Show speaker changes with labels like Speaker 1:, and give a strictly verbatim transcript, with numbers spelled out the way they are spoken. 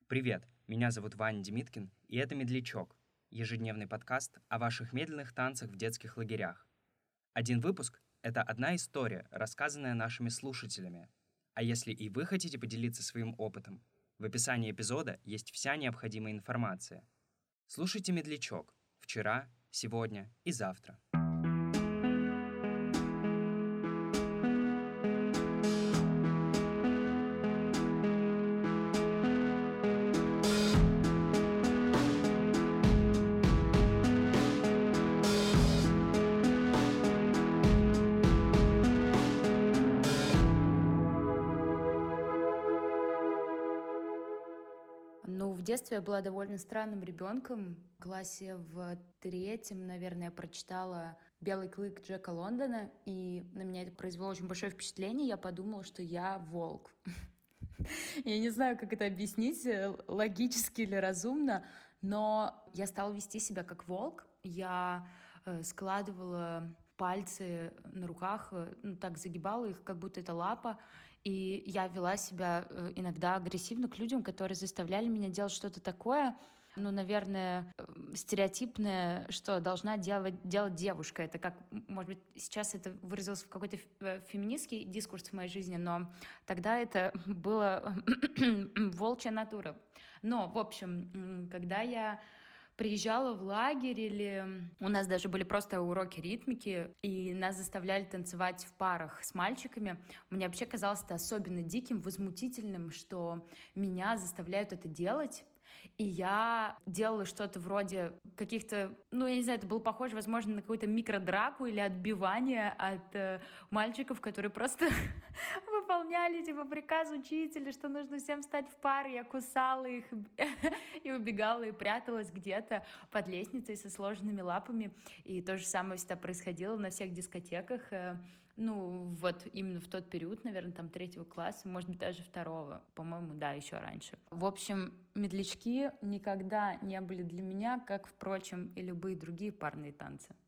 Speaker 1: Привет, меня зовут Ваня Демиткин, и это «Медлячок» — ежедневный подкаст о ваших медленных танцах в детских лагерях. Один выпуск — это одна история, рассказанная нашими слушателями. А если и вы хотите поделиться своим опытом, в описании эпизода есть вся необходимая информация. Слушайте «Медлячок» вчера, сегодня и завтра.
Speaker 2: Ну, в детстве я была довольно странным ребенком. В классе в третьем, наверное, я прочитала «Белый клык» Джека Лондона, и на меня это произвело очень большое впечатление. Я подумала, что я волк. Я не знаю, как это объяснить, э, логически или разумно, но я стала вести себя как волк. Я э, складывала пальцы на руках, э, ну, так загибала их, как будто это лапа. И я вела себя э, иногда агрессивно к людям, которые заставляли меня делать что-то такое, ну, наверное, э, стереотипное, что должна делать, делать девушка. Это как, м, может быть, сейчас это выразилось в какой-то ф- э, феминистский дискурс в моей жизни, но тогда это было волчья натура. Но, в общем, м, когда я приезжала в лагерь или у нас даже были просто уроки ритмики, и нас заставляли танцевать в парах с мальчиками. Мне вообще казалось это особенно диким, возмутительным, что меня заставляют это делать. И я делала что-то вроде каких-то, ну, я не знаю, это было похоже, возможно, на какую-то микродраку или отбивание от э, мальчиков, которые просто выполняли, типа, приказ учителя, что нужно всем встать в пары. Я кусала их и убегала, и пряталась где-то под лестницей со сложенными лапами. И то же самое всегда происходило на всех дискотеках. э, Ну, вот именно в тот период, наверное, там третьего класса, может быть, даже второго. По-моему, да, еще раньше. В общем, медлячки никогда не были для меня, как, впрочем, и любые другие парные танцы.